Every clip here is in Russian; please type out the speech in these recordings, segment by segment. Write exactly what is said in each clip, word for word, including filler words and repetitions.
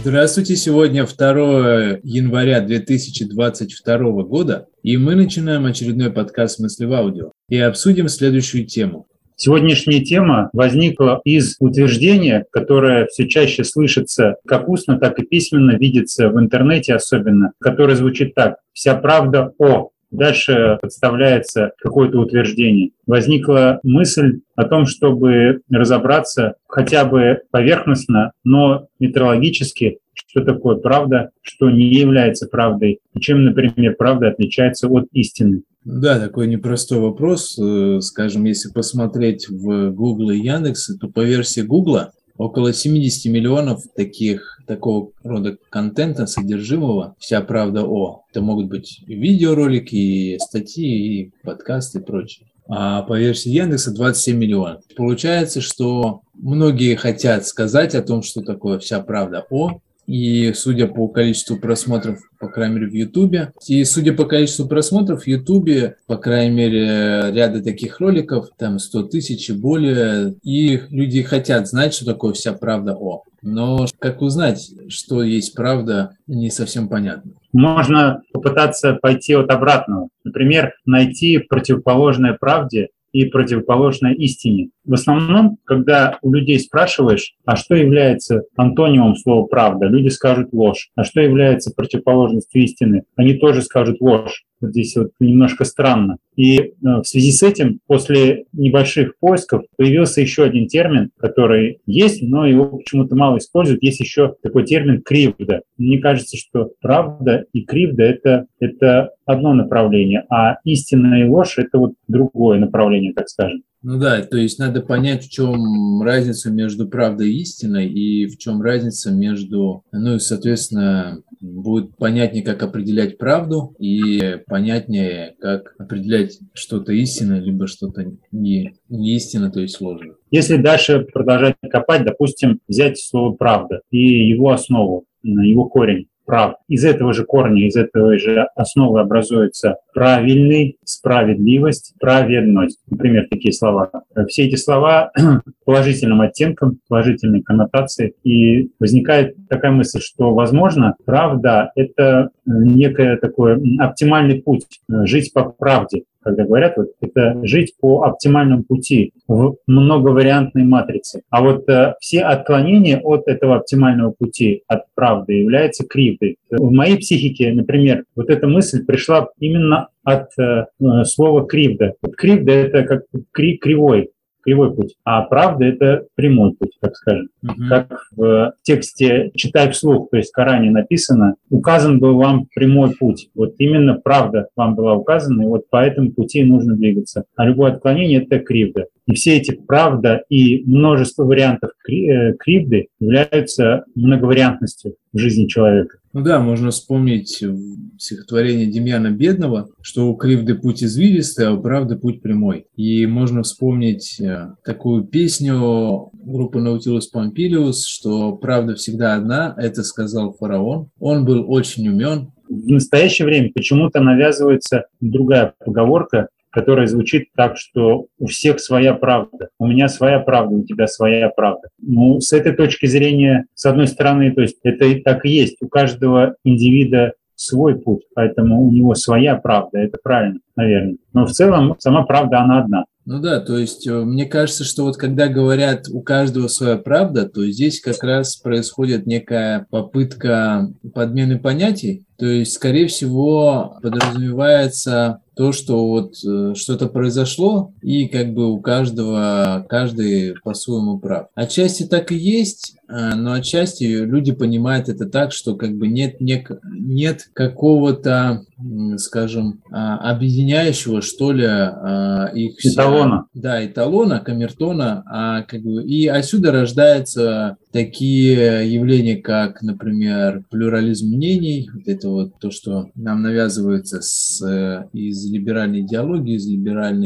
Здравствуйте, сегодня второе января две тысячи двадцать второго года, и мы начинаем очередной подкаст «Мысли в аудио» и обсудим следующую тему. Сегодняшняя тема возникла из утверждения, которое все чаще слышится как устно, так и письменно, видится в интернете особенно, которое звучит так: «Вся правда о». Дальше подставляется какое-то утверждение. Возникла мысль о том, чтобы разобраться хотя бы поверхностно, но методологически, что такое правда, что не является правдой, и чем, например, правда отличается от истины. Да, такой непростой вопрос. Скажем, если посмотреть в Google и Яндекс, то по версии Google около семьдесят миллионов таких, такого рода контента, содержимого, вся правда о. Это могут быть и видеоролики, и статьи, и подкасты, и прочее. А по версии Яндекса двадцать семь миллионов. Получается, что многие хотят сказать о том, что такое вся правда о. И судя по количеству просмотров, по крайней мере, в Ютубе, и судя по количеству просмотров в Ютубе, по крайней мере, ряда таких роликов, там сто тысяч и более, и люди хотят знать, что такое вся правда о. Но как узнать, что есть правда, не совсем понятно. Можно попытаться пойти от обратного. Например, найти противоположное правде и противоположное истине. В основном, когда у людей спрашиваешь, а что является антонимом слова «правда», люди скажут «ложь». А что является противоположностью истины, они тоже скажут «ложь». Вот здесь вот немножко странно. И в связи с этим, после небольших поисков, появился еще один термин, который есть, но его почему-то мало используют. Есть еще такой термин «кривда». Мне кажется, что правда и кривда — это, это одно направление, а истина и ложь — это вот другое направление, так скажем. Ну да, то есть надо понять, в чем разница между правдой и истиной, и в чем разница между, ну и, соответственно, будет понятнее, как определять правду, и понятнее, как определять что-то истинное, либо что-то не, не истинное, то есть ложное. Если дальше продолжать копать, допустим, взять слово «правда» и его основу, его корень. Прав. Из этого же корня, из этого же основы образуется правильный, справедливость, праведность. Например, такие слова. Все эти слова положительным оттенком, положительной коннотацией. И возникает такая мысль, что, возможно, правда — это некий такой оптимальный путь, жить по правде. Когда говорят, вот, это жить по оптимальному пути в многовариантной матрице. А вот э, все отклонения от этого оптимального пути, от правды, являются кривдой. В моей психике, например, вот эта мысль пришла именно от э, слова «кривда». Вот кривда — это как кри- кривой. кривой путь, а правда — это прямой путь, так скажем. Uh-huh. Как в тексте «Читай вслух», то есть в Коране написано: «Указан был вам прямой путь». Вот именно правда вам была указана, и вот по этому пути нужно двигаться. А любое отклонение — это кривда. И все эти правда и множество вариантов кривды являются многовариантностью в жизни человека. Ну да, можно вспомнить стихотворение Демьяна Бедного, что у кривды путь извилистый, а у правды путь прямой. И можно вспомнить такую песню группы Nautilus Pompilius, что правда всегда одна, это сказал фараон. Он был очень умен. В настоящее время почему-то навязывается другая поговорка, которая звучит так, что у всех своя правда. У меня своя правда, у тебя своя правда. Ну, с этой точки зрения, с одной стороны, то есть это и так и есть. У каждого индивида свой путь, поэтому у него своя правда. Это правильно, наверное. Но в целом сама правда, она одна. Ну да, то есть мне кажется, что вот когда говорят «у каждого своя правда», то здесь как раз происходит некая попытка подмены понятий. То есть, скорее всего, подразумевается то, что вот э, что-то произошло, и как бы у каждого, каждый по-своему прав. Отчасти так и есть, э, но отчасти люди понимают это так, что как бы нет, нет, нет какого-то, э, скажем, э, объединяющего, что ли, э, их всех. Эталона. Да, эталона, камертона, а как бы и отсюда рождаются такие явления, как, например, плюрализм мнений, вот это вот то, что нам навязывается с, из либеральной идеологии, из либеральной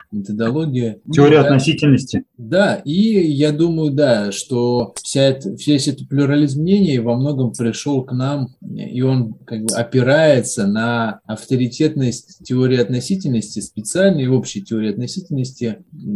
методология. Теория да, относительности. Да, и я думаю, да, что вся это, весь этот плюрализм мнений во многом пришел к нам, и он как бы опирается на авторитетность теории относительности, специальной и общей теории относительности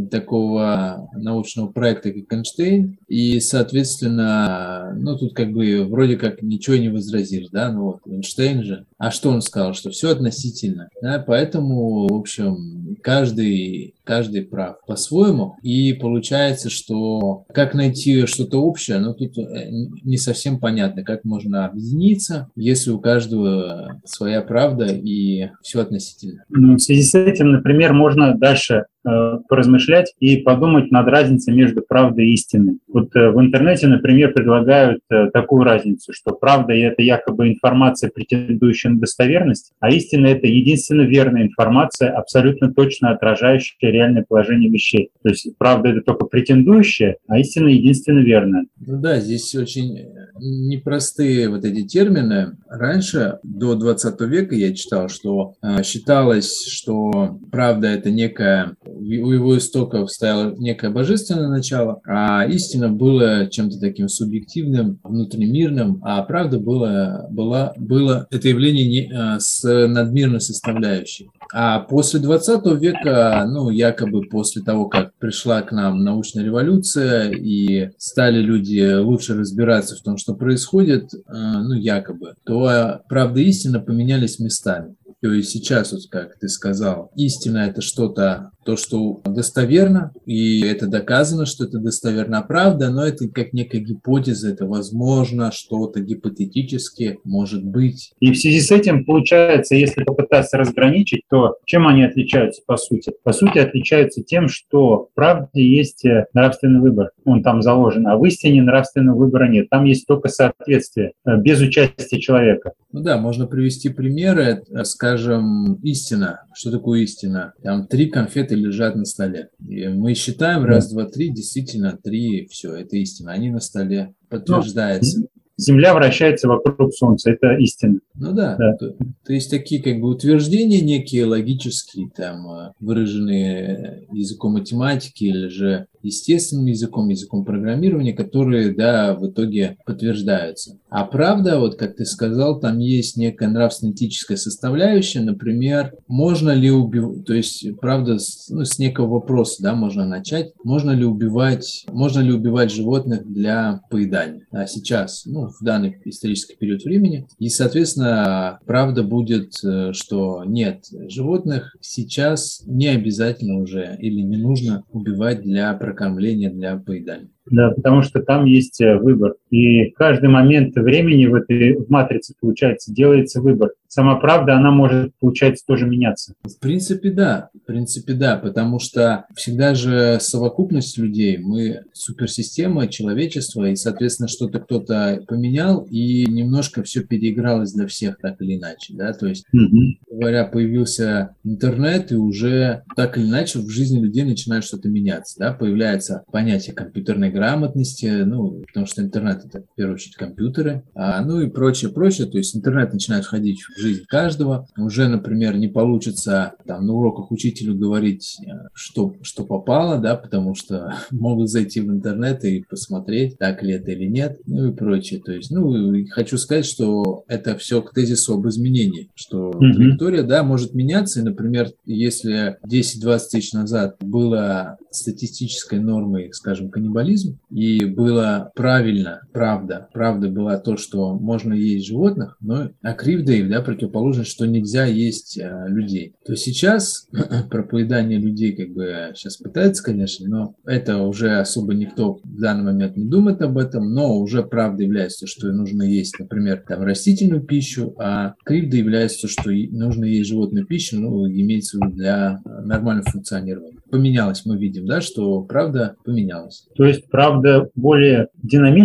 такого научного проекта, как Эйнштейн, и, соответственно, ну, тут как бы вроде как ничего не возразишь, да, ну вот Эйнштейн же, а что он сказал, что все относительно, да, поэтому, в общем, каждый, каждый прав по-своему, и получается, что как найти что-то общее, ну, тут не совсем понятно, как можно объединиться, если у каждого своя правда и все относительно. В связи с этим, например, можно дальше э, поразмышлять и подумать над разницей между правдой и истиной. Вот э, в интернете, например, предлагают э, такую разницу, что правда — это якобы информация, претендующая на достоверность, а истина — это единственно верная информация, абсолютно точно отражающая реальное положение вещей. То есть правда — это только претендующая, а истина — единственно верная. Ну да, здесь очень непростые вот эти термины. Раньше, до двадцатого века, я читал, что э, считалось, что правда — это некая, у его истоков стояло некое божественное начало, а истина была чем-то таким субъективным, внутримирным, а правда была, была, было это явление не, э, с надмирной составляющей. А после двадцатого века, ну, якобы после того, как пришла к нам научная революция и стали люди лучше разбираться в том, что происходит, ну, якобы, то правда и истина поменялись местами. То есть сейчас, вот как ты сказал, истина — это что-то, то, что достоверно, и это доказано, что это достоверно, а правда, но это как некая гипотеза, это возможно, что-то гипотетически может быть. И в связи с этим, получается, если попытаться разграничить, то чем они отличаются по сути? По сути, отличаются тем, что в правде есть нравственный выбор, он там заложен, а в истине нравственного выбора нет. Там есть только соответствие, без участия человека. Ну да, можно привести примеры, скажем, истина. Что такое истина? Там три конфеты лежат на столе. И мы считаем раз, два, три, действительно три, все, это истина. Они на столе, подтверждается. Земля вращается вокруг Солнца, это истина. Ну да, да. То, то есть такие как бы утверждения некие логические, там, выраженные языком математики или же естественным языком, языком программирования, которые, да, в итоге подтверждаются. А правда, вот как ты сказал, там есть некая нравственно-этическая составляющая, например, можно ли убивать, то есть, правда, с, ну, с некого вопроса, да, можно начать, можно ли убивать, можно ли убивать животных для поедания, а сейчас, ну, в данный исторический период времени, и, соответственно, правда будет, что нет, животных сейчас не обязательно уже или не нужно убивать для прокормления, для поедания. Да, потому что там есть выбор. И в каждый момент времени в этой в матрице, получается, делается выбор. Сама правда, она может, получается, тоже меняться. В принципе, да. В принципе, да, потому что всегда же совокупность людей, мы суперсистема, человечество, и, соответственно, что-то кто-то поменял, и немножко все переигралось для всех так или иначе, да, то есть, угу. говоря, появился интернет, и уже так или иначе в жизни людей начинает что-то меняться, да, появляется понятие компьютерной грамотности, ну, потому что интернет — это, в первую очередь, компьютеры, а, ну и прочее, прочее, то есть интернет начинает входить в жизнь каждого, уже, например, не получится там на уроках учителю говорить, что, что попало, да, потому что могут зайти в интернет и посмотреть, так ли это или нет, ну и прочее, то есть, ну, хочу сказать, что это все к тезису об изменении, что mm-hmm. траектория, да, может меняться, и, например, если десять-двадцать тысяч назад было статистической нормой, скажем, каннибализм, и было правильно, правда, правда была то, что можно есть животных, но а кривдой, да, противоположно, что нельзя есть а, людей. То сейчас про поедание людей как бы сейчас пытаются, конечно, но это уже особо никто в данный момент не думает об этом, но уже правда является, что нужно есть, например, там растительную пищу, а кривда является, что нужно есть животную пищу, ну, имеется в виду для нормального функционирования. Поменялось, мы видим, да, что правда поменялась. То есть правда более динамична,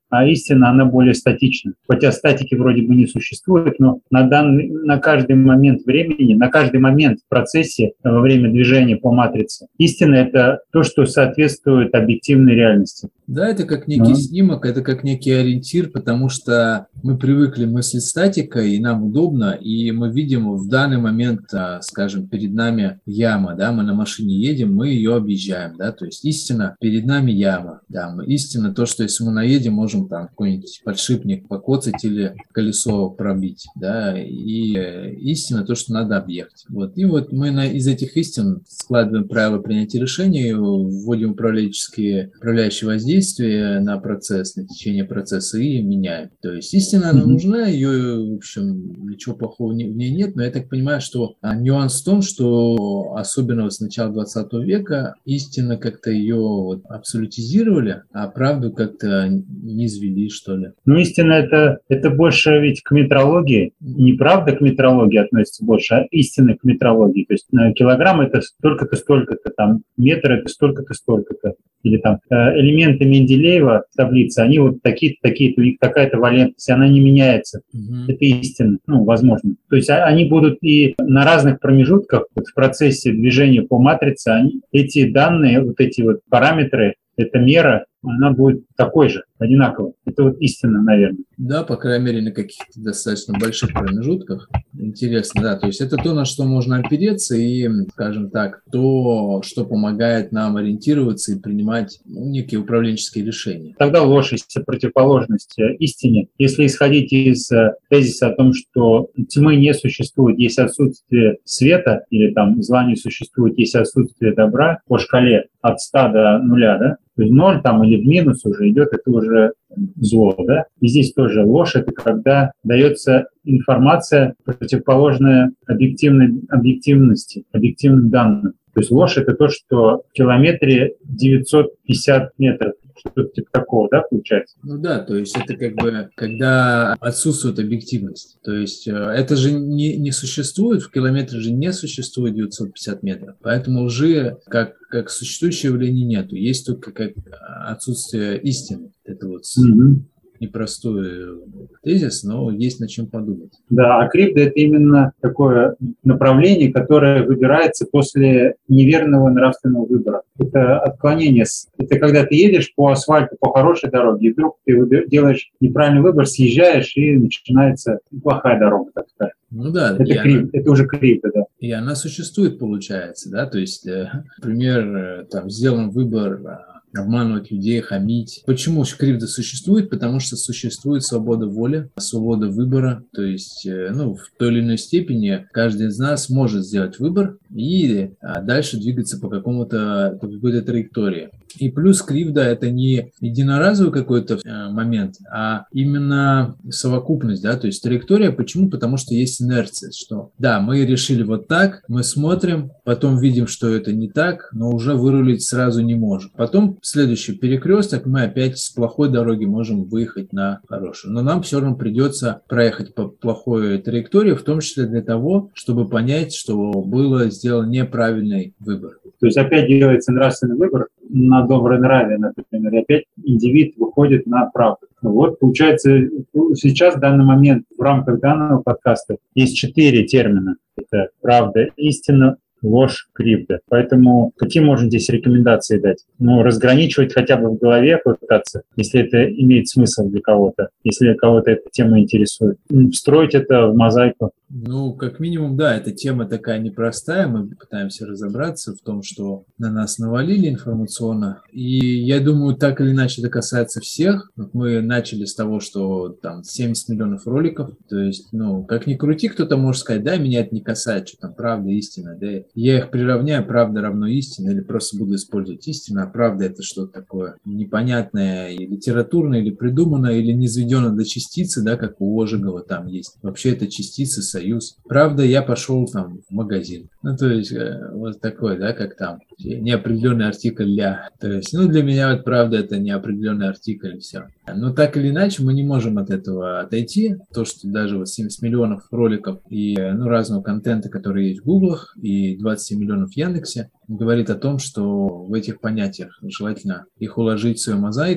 а истина, она более статична. Хотя статики вроде бы не существует, но на, данный, на каждый момент времени, на каждый момент в процессе, во время движения по матрице, истина — это то, что соответствует объективной реальности. Да, это как некий mm-hmm. снимок, это как некий ориентир, потому что мы привыкли мыслить статикой, и нам удобно, и мы видим в данный момент, скажем, перед нами яма, да, мы на машине едем, мы ее объезжаем, да, то есть истина, перед нами яма, да, мы, истина то, что если мы наедем, можем там какой-нибудь подшипник покоцать или колесо пробить, да, и истина то, что надо объехать. Вот. И вот мы на, из этих истин складываем правила принятия решений, вводим управленческие, управляющие воздействия на процесс, на течение процесса и меняем. То есть истина, она mm-hmm. нужна, ее, в общем, ничего плохого в ней нет, но я так понимаю, что а, нюанс в том, что особенно с начала двадцатого века истина как-то ее вот, абсолютизировали, а правду как-то не извели, что ли. Ну, истина это, это больше ведь к метрологии, не правда к метрологии относится больше, а истина к метрологии. То есть килограмм это столько-то, столько-то, там метр это столько-то, столько-то. Или там элементы Менделеева в таблице, они вот такие-то, такие-то, у них такая-то валентность, она не меняется. Mm-hmm. Это истина, ну, возможно. То есть они будут и на разных промежутках вот в процессе движения по матрице, они, эти данные, вот эти вот параметры, эта мера, она будет такой же, одинаковой. Это вот истина, наверное. Да, по крайней мере, на каких-то достаточно больших промежутках. Интересно, да. То есть это то, на что можно опереться и, скажем так, то, что помогает нам ориентироваться и принимать ну, некие управленческие решения. Тогда ложь есть противоположность истине. Если исходить из тезиса о том, что тьмы не существует, есть отсутствие света, или там зла не существует, есть отсутствие добра, по шкале от ста до нуля, да, то есть ноль там или в минус уже идет, это уже зло, да. И здесь тоже ложь, это когда дается информация, противоположная объективной, объективности, объективным данным. То есть ложь — это то, что в километре девятьсот пятьдесят метров. Что-то типа такого, да, получается? Ну да, то есть это как бы, когда отсутствует объективность. То есть это же не, не существует, в километре же не существует девятьсот пятьдесят метров. Поэтому лжи как, как существующее явление нету. Есть только как отсутствие истины. Это вот mm-hmm. непростой тезис, но есть над чем подумать. Да, а крипто — это именно такое направление, которое выбирается после неверного нравственного выбора. Это отклонение. Это когда ты едешь по асфальту, по хорошей дороге, и вдруг ты делаешь неправильный выбор, съезжаешь, и начинается плохая дорога, так сказать. Ну да. Это, крип, она, это уже крипто, да. И она существует, получается, да, то есть, например, там сделан выбор обманывать людей, хамить. Почему крипто существует? Потому что существует свобода воли, свобода выбора. То есть, ну, в той или иной степени каждый из нас может сделать выбор и дальше двигаться по какому-то, по какой-то траектории. И плюс крипто — это не единоразовый какой-то момент, а именно совокупность, да, то есть траектория. Почему? Потому что есть инерция, что да, мы решили вот так, мы смотрим, потом видим, что это не так, но уже вырулить сразу не можем. Потом следующий перекресток, мы опять с плохой дороги можем выехать на хорошую. Но нам все равно придется проехать по плохой траектории, в том числе для того, чтобы понять, что было сделан неправильный выбор. То есть опять делается нравственный выбор на доброе нравие, например, и опять индивид выходит на правду. Вот, получается, сейчас, в данный момент, в рамках данного подкаста есть четыре термина. Это правда, истина, ложь, крипто. Поэтому какие можно здесь рекомендации дать? Ну, разграничивать хотя бы в голове пытаться, если это имеет смысл для кого-то, если кого-то эта тема интересует. Встроить это в мозаику. Ну, как минимум, да, эта тема такая непростая. Мы пытаемся разобраться в том, что на нас навалили информационно. И я думаю, так или иначе это касается всех. Мы начали с того, что там семьдесят миллионов роликов. То есть, ну, как ни крути, кто-то может сказать, да, меня это не касается, что там правда, истина, да. Я их приравняю, правда равно истина, или просто буду использовать истину, а правда это что-то такое непонятное, и литературное, или придуманное, или низведенное до частицы, да, как у Ожегова там есть. Вообще это частицы, союз. Правда, я пошел там в магазин. Ну, то есть, вот такой, да, как там. Неопределенный артикль «ля». То есть, ну, для меня вот правда это неопределенный артикль, и все. Но так или иначе мы не можем от этого отойти. То, что даже вот семьдесят миллионов роликов и, ну, разного контента, который есть в Гуглах, и двадцать семь миллионов в Яндексе, говорит о том, что в этих понятиях желательно их уложить в свою мозаику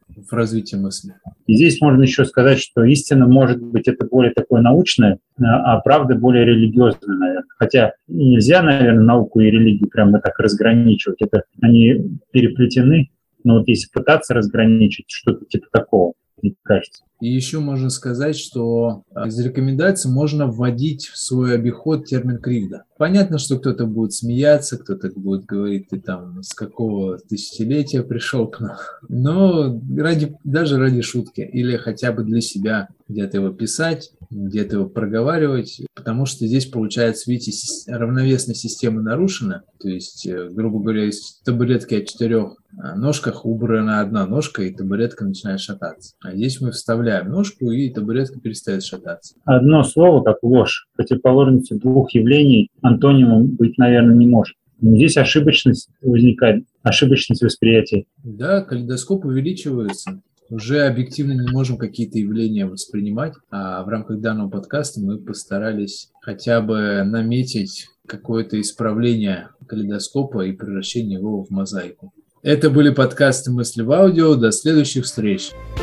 в развитии мысли. И здесь можно еще сказать, что истина, может быть, это более такое научное, а правда более религиозная, наверное. Хотя нельзя, наверное, науку и религию прямо так разграничивать. Это они переплетены. Но вот если пытаться разграничить, что-то типа такого, мне кажется. И еще можно сказать, что из рекомендаций можно вводить в свой обиход термин «кривда». Понятно, что кто-то будет смеяться, кто-то будет говорить, ты там с какого тысячелетия пришел к нам. Но ради, даже ради шутки или хотя бы для себя где-то его писать, где-то его проговаривать, потому что здесь получается, видите, равновесная система нарушена. То есть, грубо говоря, из табуретки о четырех ножках убрана одна ножка, и табуретка начинает шататься. А здесь мы вставляем ножку, и табуретка перестает шататься. Одно слово, как ложь, противоположности двух явлений антонимом быть, наверное, не может. Но здесь ошибочность возникает, ошибочность восприятия. Да, калейдоскоп увеличивается. Уже объективно не можем какие-то явления воспринимать, а в рамках данного подкаста мы постарались хотя бы наметить какое-то исправление калейдоскопа и превращение его в мозаику. Это были подкасты «Мысли в аудио». До следующих встреч!